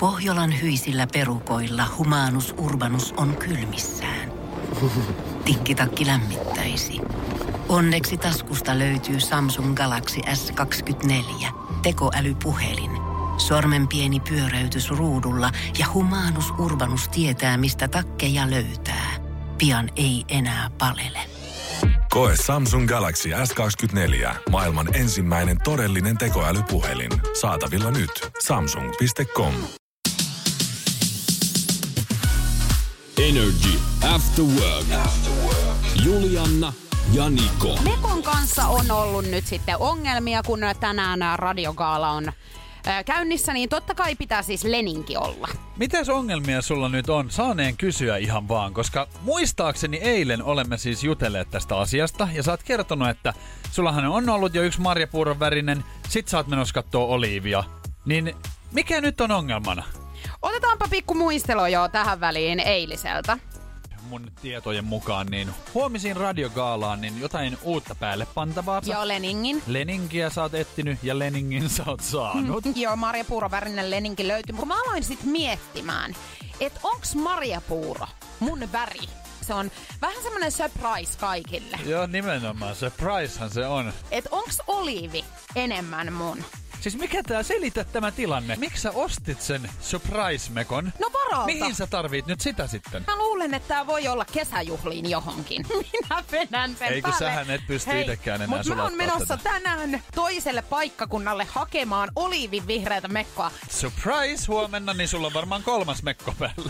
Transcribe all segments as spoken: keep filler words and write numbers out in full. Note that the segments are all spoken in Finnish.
Pohjolan hyisillä perukoilla Humanus Urbanus on kylmissään. Tikkitakki lämmittäisi. Onneksi taskusta löytyy Samsung Galaxy S kaksikymmentäneljä, tekoälypuhelin. Sormen pieni pyöräytys ruudulla ja Humanus Urbanus tietää, mistä takkeja löytää. Pian ei enää palele. Koe Samsung Galaxy S kaksikymmentäneljä, maailman ensimmäinen todellinen tekoälypuhelin. Saatavilla nyt. samsung piste com. Energy After Work. Julianna ja Niko. Mekon kanssa on ollut nyt sitten ongelmia, kun tänään radiogaala on käynnissä, niin totta kai pitää siis Leninki olla. Mitäs ongelmia sulla nyt on? Saaneen kysyä ihan vaan, koska muistaakseni eilen olemme siis jutelleet tästä asiasta, ja sä oot kertonut, että sullahan on ollut jo yksi marjapuuron värinen, sit sä oot menossa kattoo oliivia. Niin mikä nyt on ongelmana? Otetaanpa pikku muistelu jo tähän väliin eiliseltä. Mun tietojen mukaan, niin huomisin radiogaalaan, niin jotain uutta päälle pantavaa. Joo, Leningin. Leninkiä sä oot etsinyt ja Leningin sä oot saanut. Joo, marjapuurovärinen Leninki löytyi. Kun mä aloin sit miettimään, että onks marjapuuro mun väri? Se on vähän semmonen surprise kaikille. Joo, nimenomaan. Surprisehan se on. Et onks oliivi enemmän mun? Siis mikä tää selitä tämä tilanne? Miksi sä ostit sen surprise-mekon? No varalta. Mihin sä tarvit nyt sitä sitten? Mä luulen, että tää voi olla kesäjuhliin johonkin. Minä venän sen Eikö päälle. sähän et pysty itekään enää mut sulattaa mä oon menossa tätä. tänään toiselle paikkakunnalle hakemaan oliivin vihreätä mekkoa. Surprise! Huomenna, niin sulla on varmaan kolmas mekko päällä.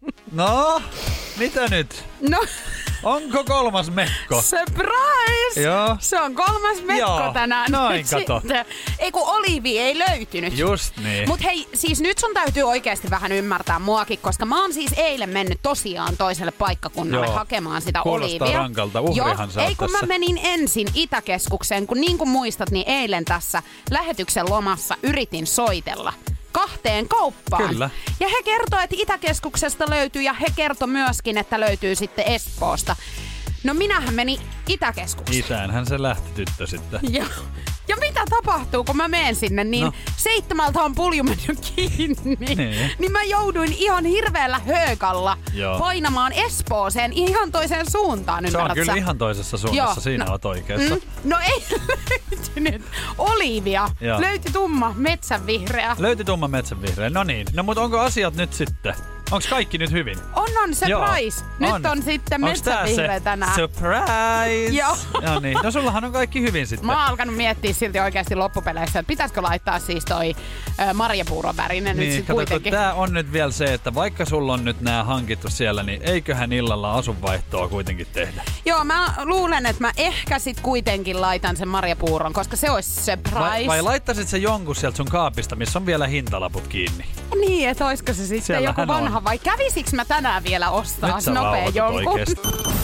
No, mitä nyt? No, Onko kolmas mekko? surprise! Joo. Se on kolmas mekko Joo, tänään. noin Nyt kato. sitten. Ei kun oliivi ei löytynyt. Just niin. Mut hei, siis nyt sun täytyy oikeasti vähän ymmärtää muakin, koska mä oon siis eilen mennyt tosiaan toiselle paikkakunnalle Joo. hakemaan sitä Kuulostaa oliivia. rankalta. Uhrihan Joo, sä oot ei kun tässä. mä menin ensin Itäkeskukseen, kun niin kuin muistat, niin eilen tässä lähetyksen lomassa yritin soitella kahteen kauppaan. Kyllä. Ja he kertoi, että Itäkeskuksesta löytyy ja he kertoi myöskin, että löytyy sitten Espoosta. No minähän menin Itäkeskukseen. Itäänhän se lähti tyttö sitten. Ja, ja mitä tapahtuu, kun mä menen sinne, niin No. seitsemältä on pulju mennyt kiinni. Niin. Niin mä jouduin ihan hirveällä höökalla Joo. painamaan Espooseen ihan toiseen suuntaan, Se on ymmärrät kyllä sä? ihan toisessa suunnassa. Joo, Siinä no, oot oikeassa. Mm, no ei löytynyt oliivia. Joo. Löytyi tumma metsänvihreä. Löytyi tumma metsänvihreä. No niin. No mut onko asiat nyt sitten? Onks kaikki nyt hyvin? On, on, surprise. Joo, Nyt on sitten Onks tää metsänvihreä se tänään. surprise! Joo. No niin. No sullahan on kaikki hyvin sitten. Mä oon alkanut miettiä silti oikeasti loppupeleissä, että pitäisikö laittaa siis toi ö, marjapuuron värinen nyt Niin, sit kato, kun kuitenkin. tää on nyt vielä se, että vaikka sulla on nyt nää hankittu siellä, niin eiköhän illalla asunvaihtoa kuitenkin tehdä. Joo, mä luulen, että mä ehkä sit kuitenkin laitan sen marjapuuron, koska se olisi surprise. Vai, vai laittaisit se jonkun sieltä sun kaapista, missä on vielä hintalaput kiinni? Niin, että olisiko se sitten Siellähän joku vanha on. vai kävisikö mä tänään vielä ostaa Nyt sä nopea rauhoitut jonkun? oikeesti.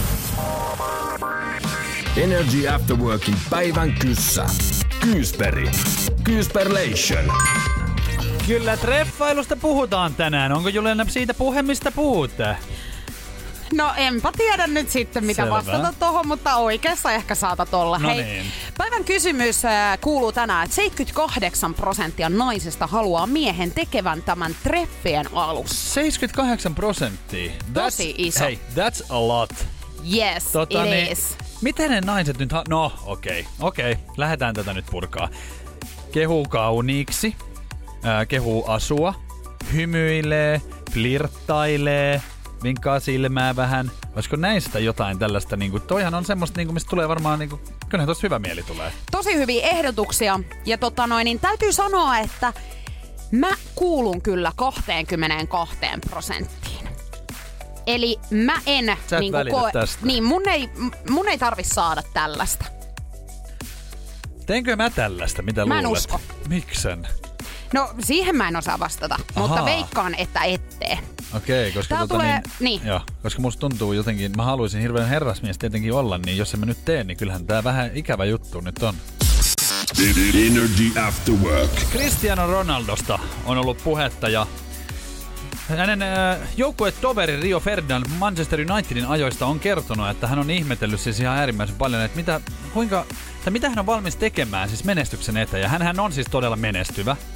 Energy After Workin päivän kyssä. Kyysperi. Kyysperlation. Kyllä treffailusta puhutaan tänään. Onko Juliana siitä puhe, mistä puhutaan? No enpä tiedä nyt sitten mitä Selvä. vastata tohon, mutta oikeassa ehkä saatat olla. No Hei, niin. päivän kysymys äh, kuuluu tänään, että seitsemänkymmentäkahdeksan prosenttia naisista haluaa miehen tekevän tämän treffien alussa. seitsemänkymmentäkahdeksan prosenttia. Tosi iso. Hey, that's a lot. Yes, Tota, it niin, is. miten ne naiset nyt... Ha- no, okei. Okay, okei. Okay. Lähdetään tätä nyt purkaa. Kehuu kauniiksi. Ää, kehuu asua. Hymyilee. Flirttailee. Vinkkaa silmää vähän. Olisiko näistä jotain tällaista? Niin kuin, toihan on semmoista, niin kuin, mistä tulee varmaan... Niin kuin, kyllähän tosta hyvä mieli tulee. Tosi hyviä ehdotuksia. Ja tota noin, niin täytyy sanoa, että mä kuulun kyllä kaksikymmentäkaksi prosenttiin. Eli mä en Sä et niinku välitä tästä. niin mun ei, mun ei tarvi saada tällaista. Teenkö mä tällaista? Mitä Mä en luulet? usko. Miksen? No siihen mä en osaa vastata, Ahaa. mutta veikkaan, että ettei. Okei, koska Tää tota, tulee- niin, niin. Joo, koska musta tuntuu jotenkin, mä haluaisin hirveän herrasmies tietenkin olla, niin jos en mä nyt tee, niin kyllähän tää vähän ikävä juttu nyt on. Energy After Work. Cristiano Ronaldosta on ollut puhetta ja hänen äh, joukkuetoveri Rio Ferdinand Manchester Unitedin ajoista on kertonut, että hän on ihmetellyt siis ihan äärimmäisen paljon, että mitä, kuinka, tai mitä hän on valmis tekemään siis menestyksen eteen. Ja hänhän on siis todella menestyvä.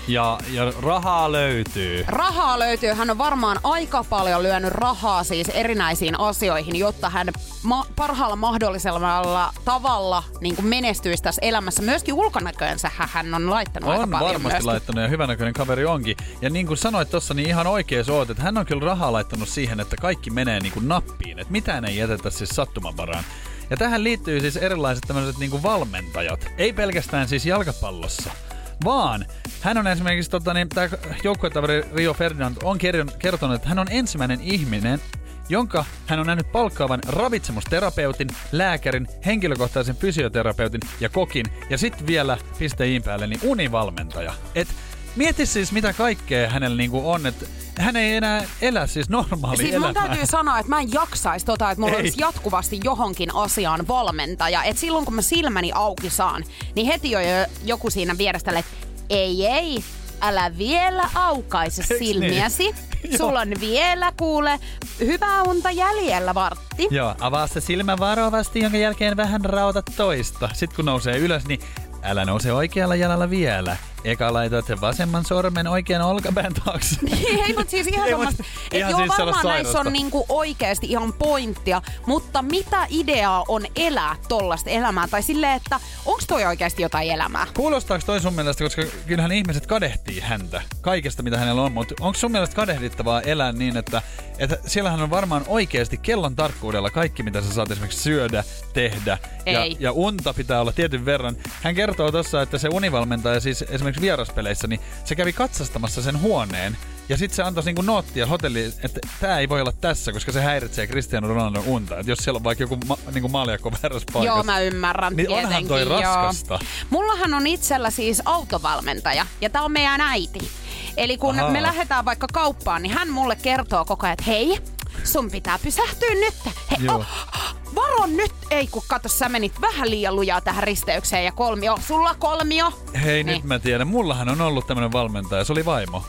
Ja, ja rahaa löytyy. Rahaa löytyy. Hän on varmaan aika paljon lyönyt rahaa siis erinäisiin asioihin, jotta hän ma- parhaalla mahdollisella tavalla niin kuin menestyisi tässä elämässä. Myöskin ulkonäköönsä hän on laittanut on aika paljon. On varmasti myöskin laittanut ja hyvänäköinen kaveri onkin. Ja niin kuin sanoit tossa, niin ihan oikein oot, että hän on kyllä rahaa laittanut siihen, että kaikki menee niin kuin nappiin. Että mitään ei jätetä siis sattumanvaraan. Ja tähän liittyy siis erilaiset tämmöiset niin kuin valmentajat. Ei pelkästään siis jalkapallossa, vaan hän on esimerkiksi, tota, niin, tämä joukkuetaveri Rio Ferdinand on kertonut, että hän on ensimmäinen ihminen, jonka hän on nähnyt palkkaavan ravitsemusterapeutin, lääkärin, henkilökohtaisen fysioterapeutin ja kokin. Ja sitten vielä pisteiin päälle niin univalmentaja. Et mieti siis, mitä kaikkea hänellä niinku on, että hän ei enää elä siis normaalia siis elämää. Siis mun täytyy sanoa, että mä en jaksaisi tota, että mulla ei. olisi jatkuvasti johonkin asiaan valmentaja. Että silloin kun mä silmäni auki saan, niin heti jo joku siinä vieressä, että ei, ei, älä vielä aukaise Eks silmiäsi. Niin? Sulla on vielä, kuule, hyvää unta jäljellä, vartti. Joo, avaa se silmä varovasti, jonka jälkeen vähän rauta toista. Sitten kun nousee ylös, niin älä nouse oikealla jalalla vielä. Eka laitat sen vasemman sormen oikean olkapään taakse. Ei, mutta siis ihan semmoista, että joo, siis varmaan näissä on niinku oikeasti ihan pointtia, mutta mitä ideaa on elää tollaista elämää? Tai silleen, että onko toi oikeasti jotain elämää? Kuulostaako toi sun mielestä, koska kyllähän ihmiset kadehtii häntä kaikesta, mitä hänellä on, mutta onko sun mielestä kadehdittavaa elää niin, että, että siellähän on varmaan oikeasti kellon tarkkuudella kaikki, mitä sä saat esimerkiksi syödä, tehdä ja, ja unta pitää olla tietyn verran. Hän kertoo tossa, että se univalmentaja siis esimerkiksi vieraspeleissä, niin se kävi katsastamassa sen huoneen ja sitten se antoi niinku noottia hotelliin, että tää ei voi olla tässä, koska se häiritsee Cristiano Ronaldon unta. Että jos siellä on vaikka joku ma- niinku maaljakko väärässä paikassa. Joo, mä ymmärrän niin tietenkin. Onhan toi raskasta. Joo. Mullahan on itsellä siis autovalmentaja ja tää on meidän äiti. Eli kun Aha. me lähdetään vaikka kauppaan, niin hän mulle kertoo koko ajan, että hei, sun pitää pysähtyä nyt. Hei, oh, varo nyt! Ei kun kato, sä menit vähän liian lujaa tähän risteykseen ja kolmio. Sulla kolmio. Hei, niin. Nyt mä tiedän. Mullahan on ollut tämmönen valmentaja. Se oli vaimo.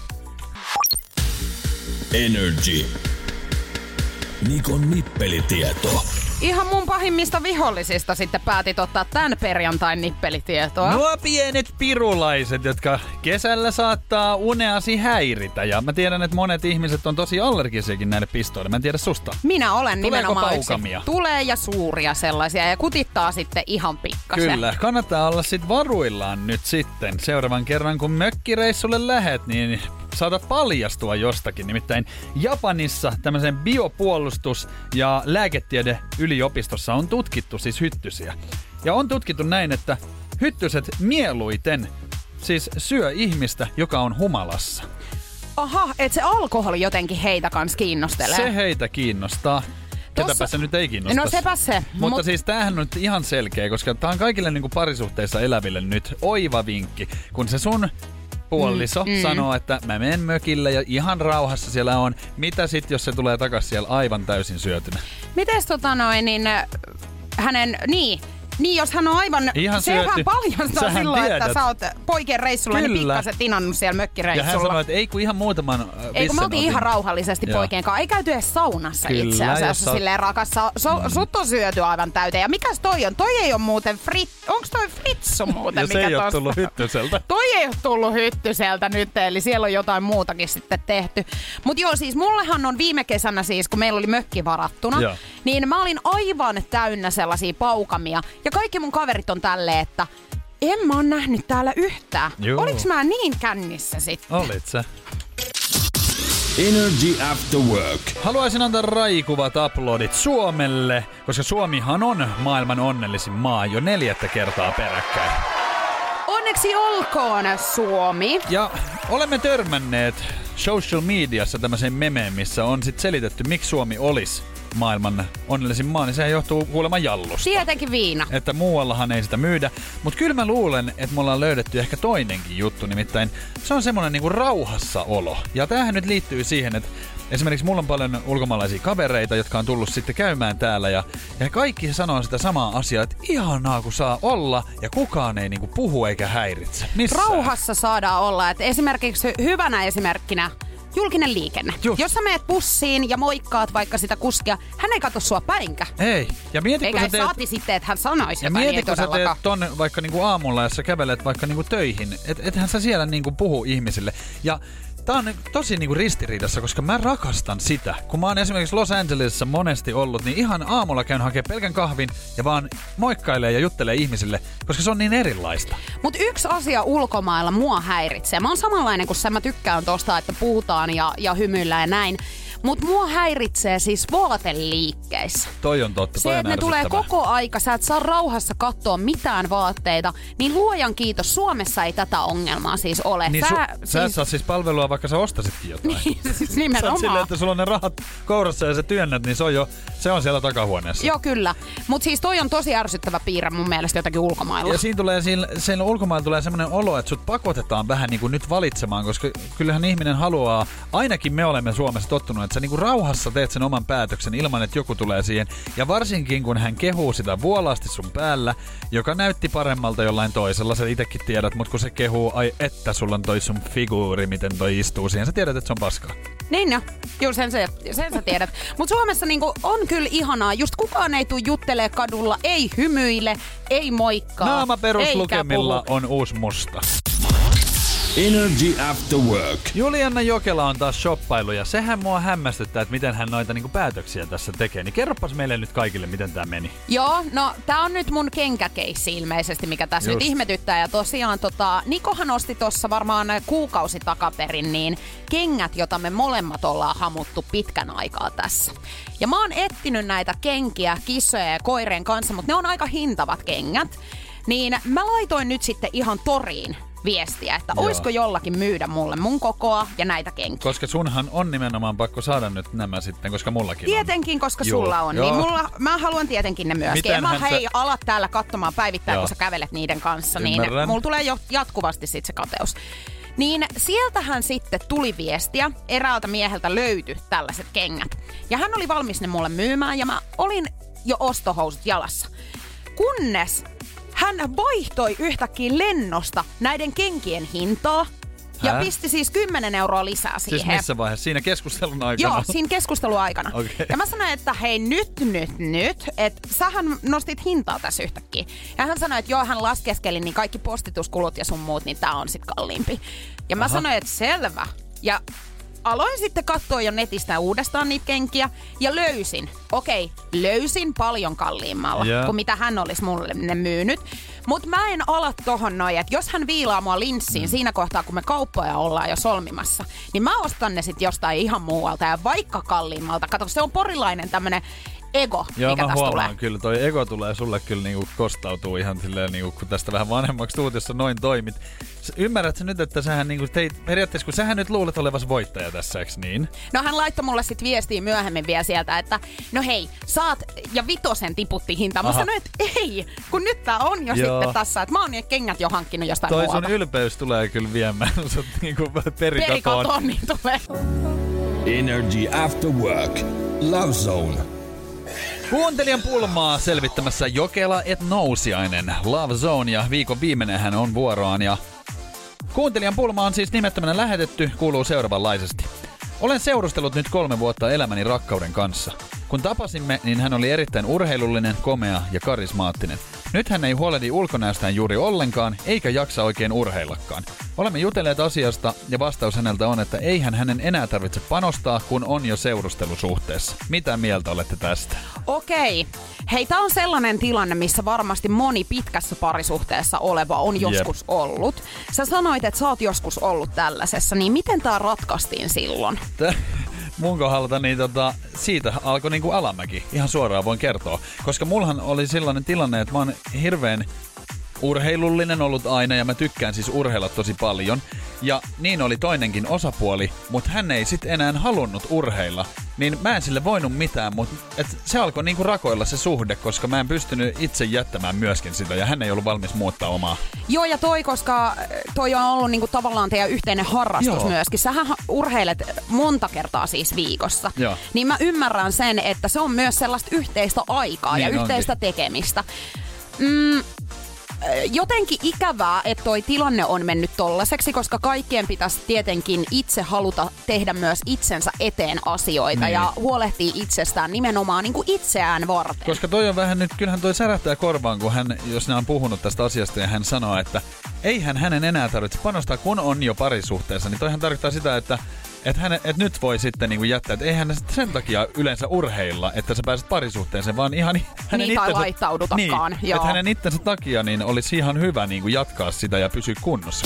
Energy. Nikon nippelitieto. Ihan mun pahimmista vihollisista sitten päätit ottaa tän perjantain nippelitietoa. Nuo pienet pirulaiset, jotka kesällä saattaa uneasi häiritä. Ja mä tiedän, että monet ihmiset on tosi allergisiakin näille pistoille. Mä en tiedä susta. Minä olen Tuleeko nimenomaan paukamia? Yksi. Tulee ja suuria sellaisia ja kutittaa sitten ihan pikkasen. Kyllä, kannattaa olla sit varuillaan nyt sitten. Seuraavan kerran kun mökkireissulle lähet, niin saatat paljastua jostakin. Nimittäin Japanissa tämmöisen biopuolustus- ja lääketiede yliopistossa on tutkittu siis hyttysiä. Ja on tutkittu näin, että hyttyset mieluiten siis syö ihmistä, joka on humalassa. Aha, et se alkoholi jotenkin heitä kans kiinnostelee. Se heitä kiinnostaa. Ketäpä Tossa... se nyt ei kiinnosta. No sepä se. Mutta mut... siis tämähän on nyt ihan selkeä, koska tää on kaikille niinku parisuhteissa eläville nyt oiva vinkki. Kun se sun puoliso mm, mm. sanoo, että mä menen mökille ja ihan rauhassa siellä on. Mitä sit, jos se tulee takas siellä aivan täysin syötynä? Mites tota noin, niin hänen, niin... Niin, jos hän on aivan... Ihan sehän syöty. paljastaa Sähän silloin, tiedät. että sä oot poikien reissulla, Kyllä. niin pikkasen tinannut siellä mökkireissulla. Ja hän sanoi, että ei kun ihan muutaman äh, Ei kun me oltiin otin. ihan rauhallisesti Joo. poikien kanssa. Ei käyty edes saunassa Kyllä, itse asiassa sä... silleen rakassa. So, mm. Sut on syöty aivan täyteen. Ja mikäs toi on? Toi ei ole muuten Frit... Onks toi Fritsu muuten? Ja mikä se ei tosta? ole tullut hyttyseltä. Toi ei ole tullut hyttyseltä nyt, eli siellä on jotain muutakin sitten tehty. Mut joo, siis mullehan on viime kesänä siis, kun meillä oli mökki varattuna, Joo. niin mä olin aivan täynnä sellaisia paukamia. Ja kaikki mun kaverit on tälleen, että en mä oon nähnyt täällä yhtään. Joo. Oliks mä niin kännissä sitten? Olit sä. Energy After Work. Haluaisin antaa raikuvat aplodit Suomelle, koska Suomihan on maailman onnellisin maa jo neljättä kertaa peräkkäin. Onneksi olkoon, Suomi. Ja olemme törmänneet social mediassa tämmöiseen memeen, missä on sit selitetty, miksi Suomi olisi maailman onnellisin maa, niin sehän johtuu kuulemma jallusta. Tietenkin viina. Että muuallahan ei sitä myydä. Mutta kyllä mä luulen, että me ollaan löydetty ehkä toinenkin juttu, nimittäin se on semmoinen niinku rauhassaolo. Ja tämähän nyt liittyy siihen, että esimerkiksi mulla on paljon ulkomaalaisia kavereita, jotka on tullut sitten käymään täällä ja, ja kaikki sanoo sitä samaa asiaa, että ihanaa kun saa olla ja kukaan ei niinku puhu eikä häiritse. Missään. Rauhassa saadaan olla. Et esimerkiksi hyvänä esimerkkinä julkinen liikenne. Just. Jos sä meet bussiin ja moikkaat vaikka sitä kuskia, hän ei katso sua päinkä. Ei. Ja mieti, eikä kun sä teet... saati sitten, että hän sanoisi ja jotain, mieti, niin kun sä teet tonne vaikka niinku aamulla, jos sä kävelet vaikka niinku töihin, et, ethän sä siellä niinku puhu ihmisille. Ja tää on tosi niinku ristiriidassa, koska mä rakastan sitä. Kun mä oon esimerkiksi Los Angelesissa monesti ollut, niin ihan aamulla käyn hakemaan pelkän kahvin ja vaan moikkailee ja juttelee ihmisille, koska se on niin erilaista. Mut yksi asia ulkomailla mua häiritsee. Mä oon samanlainen kuin sä, mä tykkään tosta, että puhutaan ja, ja hymyillään ja näin. Mut mua häiritsee siis vaateliikkeissä. Toi on totta, toi se, on että ne tulee ärsyttävää. koko aika, sä et saa rauhassa katsoa mitään vaatteita, niin luojan kiitos, Suomessa ei tätä ongelmaa siis ole. Niin sä, su- siis... sä et saa siis palvelua, vaikka sä ostasitkin jotain. Niin, siis Sä nimenomaan. oot silleen, että sulla on ne rahat kourassa ja sä työnnät, niin se on jo, se on siellä takahuoneessa. Joo, kyllä. Mut siis toi on tosi ärsyttävä piirre mun mielestä jotakin ulkomailla. Ja siinä tulee, siinä, siinä ulkomailla tulee semmoinen olo, että sut pakotetaan vähän niin kuin nyt valitsemaan, koska kyllähän ihminen haluaa, ainakin me olemme Suomessa tottunut, että sä niin kuin rauhassa teet sen oman päätöksen ilman, että joku tulee siihen. Ja varsinkin, kun hän kehuu sitä vuolaasti sun päällä, joka näytti paremmalta jollain toisella, sä itsekin tiedät, mutta kun se kehuu, ai että sulla on toi sun figuuri, miten toi istuu siihen, sä tiedät, että se on paskaa. Niin no, juuri sen, sen, sen sä tiedät. Mut Suomessa niinku on kyllä ihanaa, just kukaan ei tuu juttelee kadulla, ei hymyile, ei moikkaa. Naama peruslukemilla on uusi musta. Energy After Work. Julianna Jokela on taas shoppailu ja sehän mua hämmästyttää, että miten hän noita niinku päätöksiä tässä tekee. Niin kerropas meille nyt kaikille, miten tää meni. Joo, no tää on nyt mun kenkäkeissi ilmeisesti, mikä tässä Just. nyt ihmetyttää. Ja tosiaan tota, Nikohan osti tossa varmaan kuukausi takaperin niin kengät, jota me molemmat ollaan hamuttu pitkän aikaa tässä. Ja mä oon etsinyt näitä kenkiä kissojen ja koireen kanssa, mutta ne on aika hintavat kengät. Niin mä laitoin nyt sitten ihan toriin viestiä, että Joo. oisko jollakin myydä mulle mun kokoa ja näitä kenkiä. Koska sunhan on nimenomaan pakko saada nyt nämä sitten, koska mullakin Tietenkin, koska Joo. sulla on. Joo. Niin mulla, mä haluan tietenkin ne myöskin. Miten En mä hän hei, sä- alat täällä katsomaan päivittäin, Joo. kun sä kävelet niiden kanssa. Ymmärrän. Niin mulla tulee jo jatkuvasti sit se kateus. Niin sieltähän sitten tuli viestiä. Eräältä mieheltä löytyi tällaiset kengät. Ja hän oli valmis ne mulle myymään ja mä olin jo ostohousut jalassa. Kunnes hän vaihtoi yhtäkkiä lennosta näiden kenkien hintaa. Ja Hä? pisti siis kymmenen euroa lisää siihen. Siis missä vaiheessa? Siinä keskustelun aikana? Joo, siinä keskustelun aikana. Okay. Ja mä sanoin, että hei nyt, nyt, nyt, että sähän nostit hintaa tässä yhtäkkiä. Ja hän sanoi, että joo, hän laskeskeli, niin kaikki postituskulut ja sun muut, niin tää on sit kalliimpi. Ja mä Aha. sanoin, että selvä. Ja aloin sitten katsoa jo netistä uudestaan niitä kenkiä ja löysin. Okei, löysin paljon kalliimmalla Yeah. kuin mitä hän olisi mulle ne myynyt. Mutta mä en ala tohon noin, että jos hän viilaa mua linssiin mm. siinä kohtaa, kun me kauppoja ollaan jo solmimassa, niin mä ostan ne sit jostain ihan muualta ja vaikka kalliimmalta. Kato, se on porilainen tämmönen ego, Joo, mikä mä tästä huomaan tulee. kyllä. Toi ego tulee sulle kyllä niinku kostautuu ihan silleen, niinku, kun tästä vähän vanhemmaksi tuut, jos sä noin toimit. Sä ymmärrät sä nyt, että sähän niinku teit, periaatteessa kun sähän nyt luulet olevas voittaja tässä, eiks niin? No hän laittoi mulle sit viestiä myöhemmin vielä sieltä, että no hei, saat, ja vitosen tiputti hintaa. Mä Aha. sanoin, että ei, kun nyt tää on jo Joo. sitten tässä, että mä oon ne kengät jo hankkinut jostain Toi muualta. sun ylpeys tulee kyllä viemään sut niinku perikatoon. Perikatoon niin tulee. Energy After Work. Love Zone. Kuuntelijan pulmaa selvittämässä Jokela et Nousiainen. Love Zone ja viikon viimeinen hän on vuoroaan ja kuuntelijan pulma on siis nimettömänä lähetetty, kuuluu seuraavanlaisesti. Olen seurustellut nyt kolme vuotta elämäni rakkauden kanssa. Kun tapasimme, niin hän oli erittäin urheilullinen, komea ja karismaattinen. Nyt hän ei huolehdi ulkonäöstään juuri ollenkaan, eikä jaksa oikein urheillakaan. Olemme jutelleet asiasta ja vastaus häneltä on, että eihän hänen enää tarvitse panostaa, kun on jo seurustelusuhteessa. Mitä mieltä olette tästä? Okei. Hei, tää on sellainen tilanne, missä varmasti moni pitkässä parisuhteessa oleva on joskus Jep. ollut. Sä sanoit, että sä oot joskus ollut tällaisessa, niin miten tää ratkaistiin silloin? Tää, mun kohdalta niin tota, siitä alkoi niinku alamäki. Ihan suoraan voin kertoa. Koska mullahan oli sellainen tilanne, että mä oon hirveän urheilullinen ollut aina ja mä tykkään siis urheilla tosi paljon. Ja niin oli toinenkin osapuoli, mutta hän ei sit enää halunnut urheilla. Niin mä en sille voinut mitään, mutta se alkoi niinku rakoilla se suhde, koska mä en pystynyt itse jättämään myöskin sitä ja hän ei ollut valmis muuttaa omaa. Joo, ja toi, koska toi on ollut niinku tavallaan teidän yhteinen harrastus Joo. myöskin. Sähän ha- urheilet monta kertaa siis viikossa. Joo. Niin mä ymmärrän sen, että se on myös sellaista yhteistä aikaa Niin ja onkin. yhteistä tekemistä. Mm, jotenkin ikävää, että toi tilanne on mennyt tollaiseksi, koska kaikkien pitäisi tietenkin itse haluta tehdä myös itsensä eteen asioita niin. ja huolehtia itsestään nimenomaan niin kuin itseään varten. Koska toi on vähän nyt, kyllähän toi särähtää korvaan, kun hän, jos ne on puhunut tästä asiasta ja hän sanoo, että eihän hänen enää tarvitse panostaa, kun on jo parisuhteessa, niin toihan tarkoittaa sitä, että et hän, et nyt voi sitten niinku jättää, että eihän sen takia yleensä urheilla, että sä pääset parisuhteeseen, vaan ihan hänen niin, itsensä, laittaudutakaan. Niin, että hänen itsensä takia niin olisi ihan hyvä niinku jatkaa sitä ja pysyä kunnossa.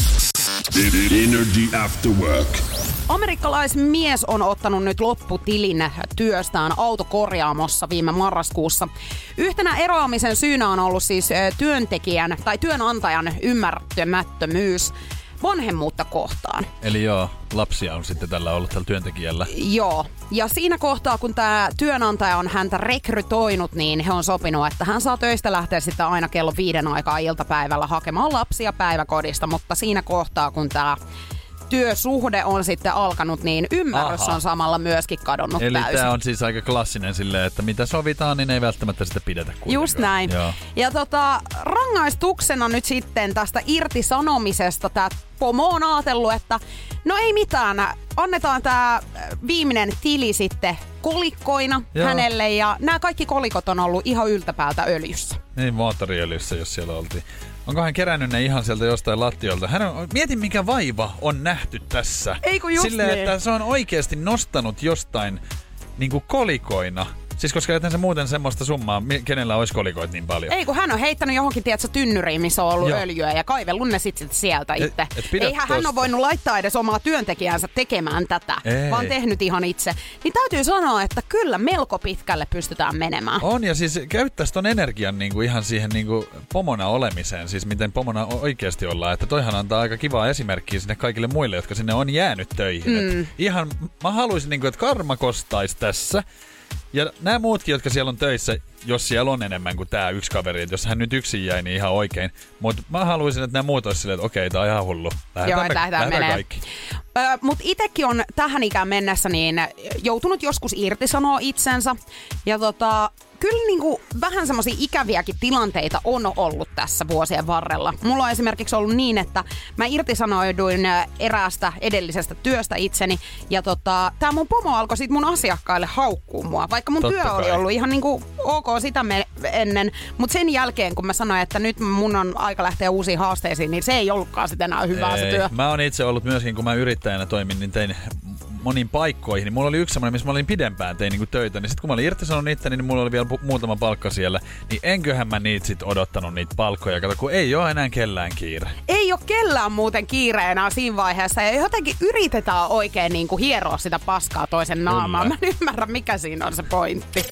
Energy After Work. Amerikkalaismies on ottanut nyt lopputilin työstään autokorjaamossa viime marraskuussa. Yhtenä eroamisen syynä on ollut siis työntekijän tai työnantajan ymmärtämättömyys vanhemmuutta kohtaan. Eli joo, lapsia on sitten tällä ollut tällä työntekijällä. Joo, ja siinä kohtaa, kun tämä työnantaja on häntä rekrytoinut, niin he on sopinut, että hän saa töistä lähteä sitten aina kello viiden aikaa iltapäivällä hakemaan lapsia päiväkodista, mutta siinä kohtaa, kun tämä työsuhde on sitten alkanut, niin ymmärrys Aha. on samalla myöskin kadonnut Eli täysin. Eli tämä on siis aika klassinen silleen, että mitä sovitaan, niin ei välttämättä sitä pidetä kuitenkaan. Just näin. Joo. Ja tota, rangaistuksena nyt sitten tästä irtisanomisesta tämä pomo on ajatellut, että no ei mitään, annetaan tämä viimeinen tili sitten kolikkoina Joo. hänelle ja nämä kaikki kolikot on ollut ihan yltäpäältä öljyssä. Niin, moottoriöljyssä, jos siellä oltiin. Onko hän kerännyt ne ihan sieltä jostain lattiolta? Hän on, mietin, mikä vaiva on nähty tässä. Ei kun just Silleen, niin. että se on oikeasti nostanut jostain niinku kolikoina. Siis koska ethän se muuten semmoista summaa, kenellä olisi kolikoit niin paljon. Ei kun hän on heittänyt johonkin, tiedätkö, tynnyriin, missä on ollut Joo. öljyä ja kaivellut ne sitten sieltä itse. Et, et Eihän hän ole voinut laittaa edes omaa työntekijänsä tekemään tätä, Ei. vaan tehnyt ihan itse. Niin täytyy sanoa, että kyllä melko pitkälle pystytään menemään. On ja siis käyttäisi ton energian niinku ihan siihen niinku pomona olemiseen, siis miten pomona oikeasti ollaan. Että toihan antaa aika kivaa esimerkkiä sinne kaikille muille, jotka sinne on jäänyt töihin. Mm. Et ihan, mä haluaisin, niinku, että karma kostaisi tässä. Ja nämä muutkin, jotka siellä on töissä, jos siellä on enemmän kuin tämä yksi kaveri, että jos hän nyt yksin jäi, niin ihan oikein. Mutta mä haluaisin, että nämä muut olisivat silleen, että okei, tää on ihan hullu. Lähdetään, Joo, lähdetään menee. kaikki. Ö, Mutta itsekin on tähän ikään mennessä niin joutunut joskus irtisanoa itsensä. Ja tota, kyllä niinku vähän semmoisia ikäviäkin tilanteita on ollut tässä vuosien varrella. Mulla on esimerkiksi ollut niin, että mä irtisanoiduin eräästä edellisestä työstä itseni. Ja tota, tää mun pomo alkoi sit mun asiakkaille haukkuu mua. Vaikka mun Totta työ kai. oli ollut ihan niinku ok sitä me- ennen. Mutta sen jälkeen, kun mä sanoin, että nyt mun on aika lähteä uusiin haasteisiin, niin se ei ollutkaan sitten enää hyvää ei. se työ. Mä oon itse ollut myöskin, kun mä yrittäjänä toimin, niin tein moniin paikkoihin. Niin mulla oli yksi semmoinen, missä mä olin pidempään, tein niinku töitä. Niin sit kun mä olin irtisanonut niitä, niin mulla oli vielä pu- muutama palkka siellä. Niin enköhän mä niitä sit odottanut niitä palkkoja. Kato, kun ei oo enää kellään kiire. Ei oo kellään muuten kiire enää siinä vaiheessa. Ja jotenkin yritetään oikein niinku hieroa sitä paskaa toisen naamaan. Mä en ymmärrä, mikä siinä on se pointti.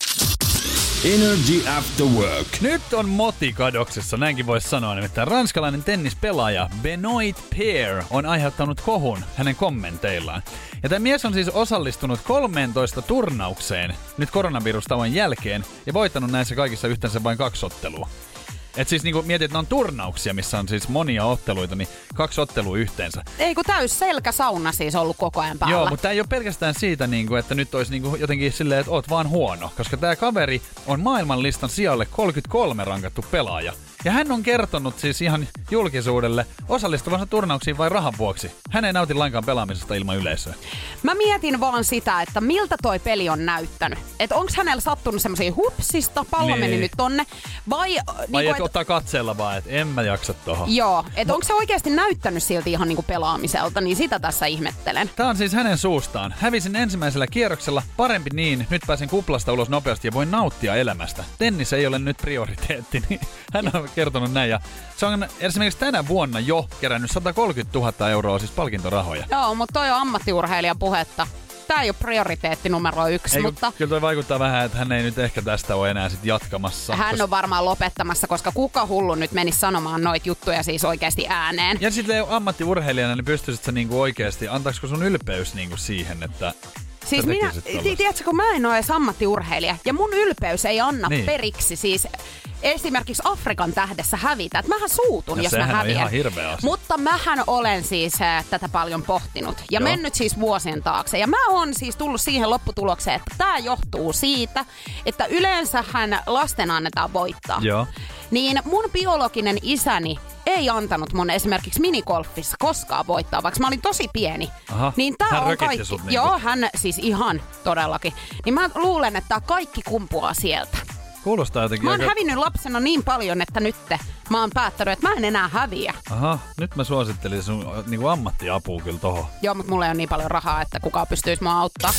Energy After Work. Nyt on moti kadoksessa, näinkin voisi sanoa. Nimittäin ranskalainen tennispelaaja Benoit Paire on aiheuttanut kohun hänen kommenteillaan. Ja tämä mies on siis osallistunut kolmeentoista turnaukseen nyt koronavirustauon jälkeen ja voittanut näissä kaikissa yhteensä vain kaksi ottelua. Et siis niinku mietit, että ne on turnauksia, missä on siis monia otteluita, niin kaksi ottelua yhteensä. Ei kun täys selkäsauna siis ollut koko ajan päällä. Joo, mutta ei ole pelkästään siitä, niinku, että nyt olisi niinku jotenkin silleen, että oot vaan huono. Koska tämä kaveri on maailmanlistan sijalle kolmekymmentäkolme rankattu pelaaja. Ja hän on kertonut siis ihan julkisuudelle osallistuvansa turnauksiin vain rahan vuoksi. Hän ei nauti lainkaan pelaamisesta ilman yleisöä. Mä mietin vaan sitä, että miltä toi peli on näyttänyt. Että onks hänellä sattunut semmosia hupsista, pallo Niin. meni nyt tonne, vai... Vai niinku, et ottaa katseella vaan, että en mä jaksa tohon. Joo, että onko se oikeasti näyttänyt silti ihan niinku pelaamiselta, niin sitä tässä ihmettelen. Tää on siis hänen suustaan. Hävisin ensimmäisellä kierroksella, parempi niin, nyt pääsen kuplasta ulos nopeasti ja voin nauttia elämästä. Tennis ei ole nyt prioriteetti, niin hän on kertonut näin. Ja se on esimerkiksi tänä vuonna jo kerännyt sata kolmekymmentätuhatta euroa siis palkintorahoja. Joo, mutta toi on ammattiurheilijan puhetta. Tää ei ole prioriteetti numero yksi, Ei, mutta... Kyllä toi vaikuttaa vähän, että hän ei nyt ehkä tästä ole enää sit jatkamassa. Hän on varmaan lopettamassa, koska kuka hullu nyt menisi sanomaan noita juttuja siis oikeasti ääneen. Ja sitten ammattiurheilijana, niin pystyisit sä niinku oikeasti, antaisiko sun ylpeys niinku siihen, että... Siis minä, tiedätkö, kun mä en ole edes ammattiurheilija ja mun ylpeys ei anna niin. periksi siis esimerkiksi Afrikan tähdessä hävitä. Että mähän suutun, no, jos mä häviän. Mutta mähän olen siis äh, tätä paljon pohtinut ja Joo. mennyt siis vuosien taakse. Ja mä oon siis tullut siihen lopputulokseen, että tää johtuu siitä, että yleensähän lasten annetaan voittaa. Joo. Niin mun biologinen isäni ei antanut mun esimerkiksi minigolfissa koskaan voittaa, vaikka mä olin tosi pieni. Aha, niin tää hän on kaikki. Sut niin Joo, kuin. hän siis ihan todellakin. Niin mä luulen, että tää kaikki kumpuaa sieltä. Kuulostaa jotenkin Mä oon aika... hävinnyt lapsena niin paljon, että nyt mä oon päättänyt, että mä en enää häviä. Aha, nyt mä suosittelisin sun niinku ammattiapua kyllä tohon. Joo, mutta mulla ei ole niin paljon rahaa, että kukaan pystyisi mua auttaa.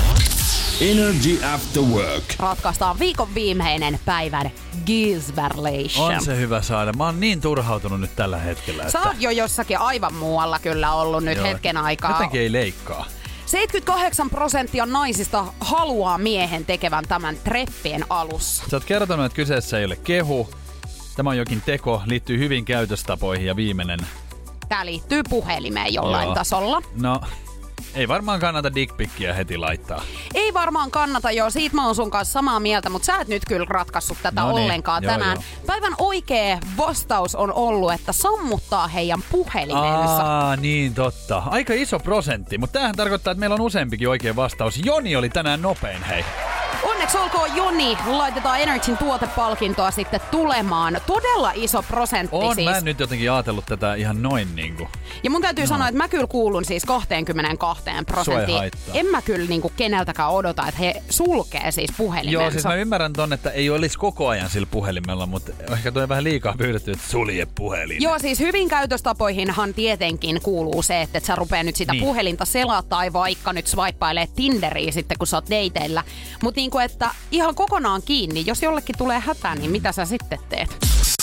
Energy After Work. Ratkaistaan viikon viimeinen päivän Gizberlation. On se hyvä saada. Mä oon niin turhautunut nyt tällä hetkellä. Sä että... oot jo jossakin aivan muualla kyllä ollut nyt Joo. hetken aikaa. Jotenkin ei leikkaa. seitsemänkymmentäkahdeksan prosenttia naisista haluaa miehen tekevän tämän treffien alussa. Sä oot kertonut, että kyseessä ei ole kehu. Tämä on jokin teko, liittyy hyvin käytöstapoihin ja viimeinen. Tää liittyy puhelimeen jollain Joo. tasolla. No, ei varmaan kannata dickpickiä heti laittaa. Ei varmaan kannata, joo. Siitä mä oon sun kanssa samaa mieltä, mutta sä et nyt kyllä ratkaissut tätä no niin, ollenkaan joo, tänään. Joo. Päivän oikea vastaus on ollut, että sammuttaa heidän puhelimensa. Aa, niin totta. Aika iso prosentti, mutta tämähän tarkoittaa, että meillä on useampikin oikea vastaus. Joni oli tänään nopein, hei. Onneksi olkoon Joni, laitetaan Energyn tuotepalkintoa sitten tulemaan. Todella iso prosentti on, siis. Mä en nyt jotenkin ajatellut tätä ihan noin niinku. Ja mun täytyy no. sanoa, että mä kyllä kuulun siis kaksikymmentäkaksi prosenttia. En mä kyllä niinku keneltäkään odota, että he sulkee siis puhelimensa. Joo, siis mä ymmärrän ton, että ei olisi koko ajan sillä puhelimella, mutta ehkä toi vähän liikaa pyydetty, että sulje puhelin. Joo, siis hyvin käytöstapoihinhan tietenkin kuuluu se, että et sä rupee nyt sitä niin. puhelinta selaa tai vaikka nyt swipailee Tinderiä sitten, kun sä oot dateilla. Mut niinku, että ihan kokonaan kiinni, jos jollekin tulee hätä, niin mitä sä sitten teet?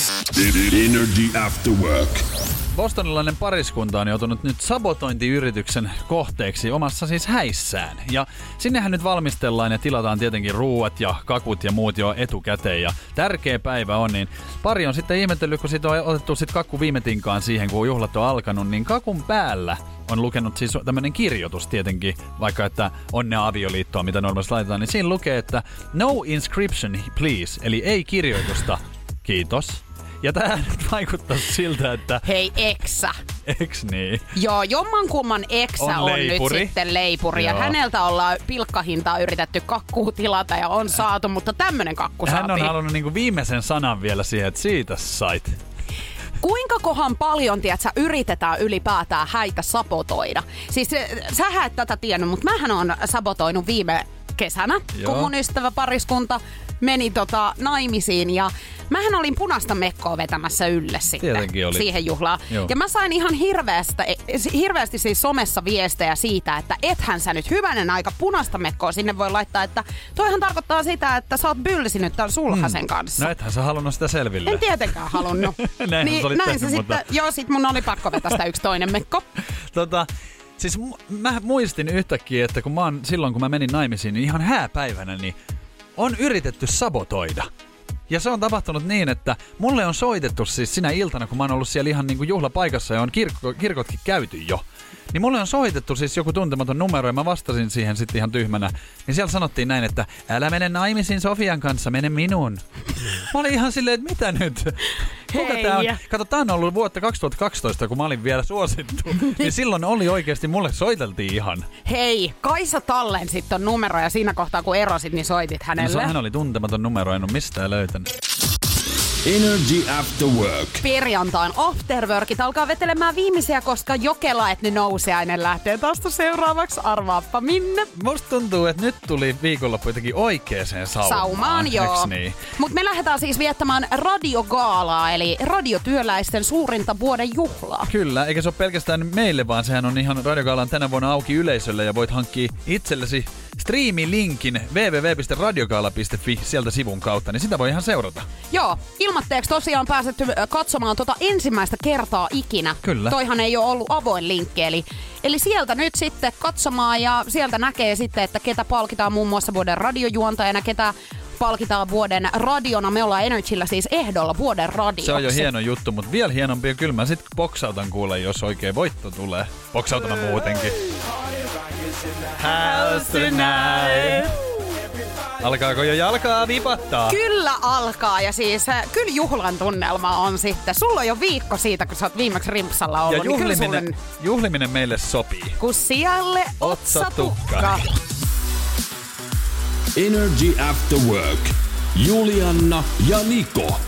Energy After Work. Bostonilainen pariskunta on joutunut nyt sabotointiyrityksen kohteeksi omassa siis häissään. Ja sinnehän nyt valmistellaan ja tilataan tietenkin ruuat ja kakut ja muut jo etukäteen. Ja tärkeä päivä on, niin pari on sitten ihmetellyt, kun siitä on otettu sit kakku viimetinkaan siihen, kun juhlat on alkanut, niin kakun päällä on lukenut siis tämmönen kirjoitus tietenkin, vaikka että onnea avioliittoa, mitä normaalisti laitetaan, niin siinä lukee, että no inscription please, eli ei kirjoitusta, kiitos. Ja tää nyt vaikuttaa siltä, että... Hei, eksä. Eks niin? Joo, jommankumman eksä on, on nyt sitten leipuri. Joo. Ja häneltä ollaan pilkkahintaa yritetty kakkuu tilata ja on saatu, mutta tämmönen kakku Hän saatiin. on halunnut niinku viimeisen sanan vielä siihen, että siitä sait. Kuinka kohan paljon, tiedät, sä yritetään ylipäätään häitä sabotoida? Siis sähän et tätä tiennyt, mutta mähän on sabotoinut viime kesänä, Joo. kun mun ystävä pariskunta meni tota naimisiin ja mähän olin punaista mekkoa vetämässä ylle sitten siihen juhlaan. Joo. Ja mä sain ihan hirveästi, hirveästi siis somessa viestejä siitä, että ethän sä nyt hyvänen aika punaista mekkoa sinne voi laittaa, että toihan tarkoittaa sitä, että sä oot bylsinyt tämän sulhasen hmm. kanssa. No ethän sä halunnut sitä selville. En tietenkään halunnut. näin niin, näin tehnyt, se mutta... sitten, joo, sit mun oli pakko vetää sitä yksi toinen mekko. tota... Siis mä muistin yhtäkkiä, että kun mä oon, silloin kun mä menin naimisiin, niin ihan hääpäivänä, niin on yritetty sabotoida. Ja se on tapahtunut niin, että mulle on soitettu siis sinä iltana, kun mä oon ollut siellä ihan niin kuin juhlapaikassa ja on kirkko, kirkotkin käyty jo. Niin mulle on soitettu siis joku tuntematon numero ja mä vastasin siihen sitten ihan tyhmänä. Niin siellä sanottiin näin, että älä mene naimisiin Sofian kanssa, mene minuun. Mä olin ihan silleen, että mitä nyt? Kuka tää on? Kato, tää on ollut vuotta kaksituhattakaksitoista, kun mä olin vielä suosittu. Niin silloin oli oikeasti, mulle soiteltiin ihan. Hei, Kaisa tallensit ton numero ja siinä kohtaa kun erosit, niin soitit hänelle. No, hän oli tuntematon numero, en ole mistään löytänyt. Energy After Work. Perjantain afterworkit alkaa vetelemään viimeisiä, koska Jokelaet ne nousiainen lähtee taas seuraavaksi. Arvaappa minne. Musta tuntuu, että nyt tuli viikonloppu jotenkin oikeeseen saumaan. Saumaan, joo. Niin? Mutta me lähdetään siis viettämään radiogaalaa, eli radiotyöläisten suurinta vuoden juhlaa. Kyllä, eikä se ole pelkästään meille, vaan sehän on ihan radiogaalan tänä vuonna auki yleisölle ja voit hankkia itsellesi striimilinkin double-u double-u double-u piste radiogaala piste fi sieltä sivun kautta, niin sitä voi ihan seurata. Joo, ilmatteeksi tosiaan pääsetty katsomaan tota ensimmäistä kertaa ikinä. Kyllä. Toihan ei ole ollut avoin linkki, eli, eli sieltä nyt sitten katsomaan ja sieltä näkee sitten, että ketä palkitaan muun muassa vuoden radiojuontajana, ketä palkitaan vuoden radiona. Me ollaan Energyllä siis ehdolla vuoden radioksi. Se on jo hieno juttu, mutta vielä hienompi on kyllä. Mä sit boksautan kuule, jos oikein voitto tulee. Boksautan muutenkin. house tonight. Alkaako jo jalkaa vipattaa? Kyllä alkaa ja siis äh, kyllä juhlan tunnelma on sitten. Sulla on jo viikko siitä, kun sä oot viimeksi rimpsalla ollut. Ja juhliminen, niin juhliminen meille sopii. Kun sijalle otsatukka. Energy After Work. Julianna ja Niko.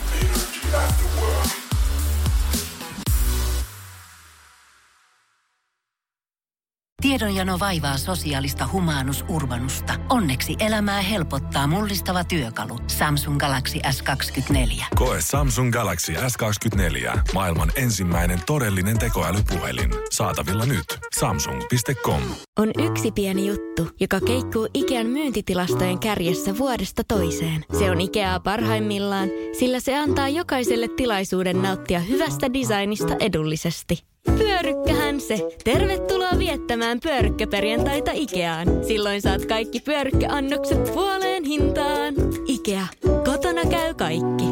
Tiedonjano vaivaa sosiaalista humanus urbanusta. Onneksi elämää helpottaa mullistava työkalu. Samsung Galaxy S kaksikymmentäneljä. Koe Samsung Galaxy S kaksikymmentäneljä. Maailman ensimmäinen todellinen tekoälypuhelin. Saatavilla nyt. samsung piste com. On yksi pieni juttu, joka keikkuu Ikean myyntitilastojen kärjessä vuodesta toiseen. Se on Ikeaa parhaimmillaan, sillä se antaa jokaiselle tilaisuuden nauttia hyvästä designista edullisesti. Pyörykkähän se. Tervetuloa viettämään pyörykkäperjantaita Ikeaan. Silloin saat kaikki pyörykkäannokset puoleen hintaan. Ikea. Kotona käy kaikki.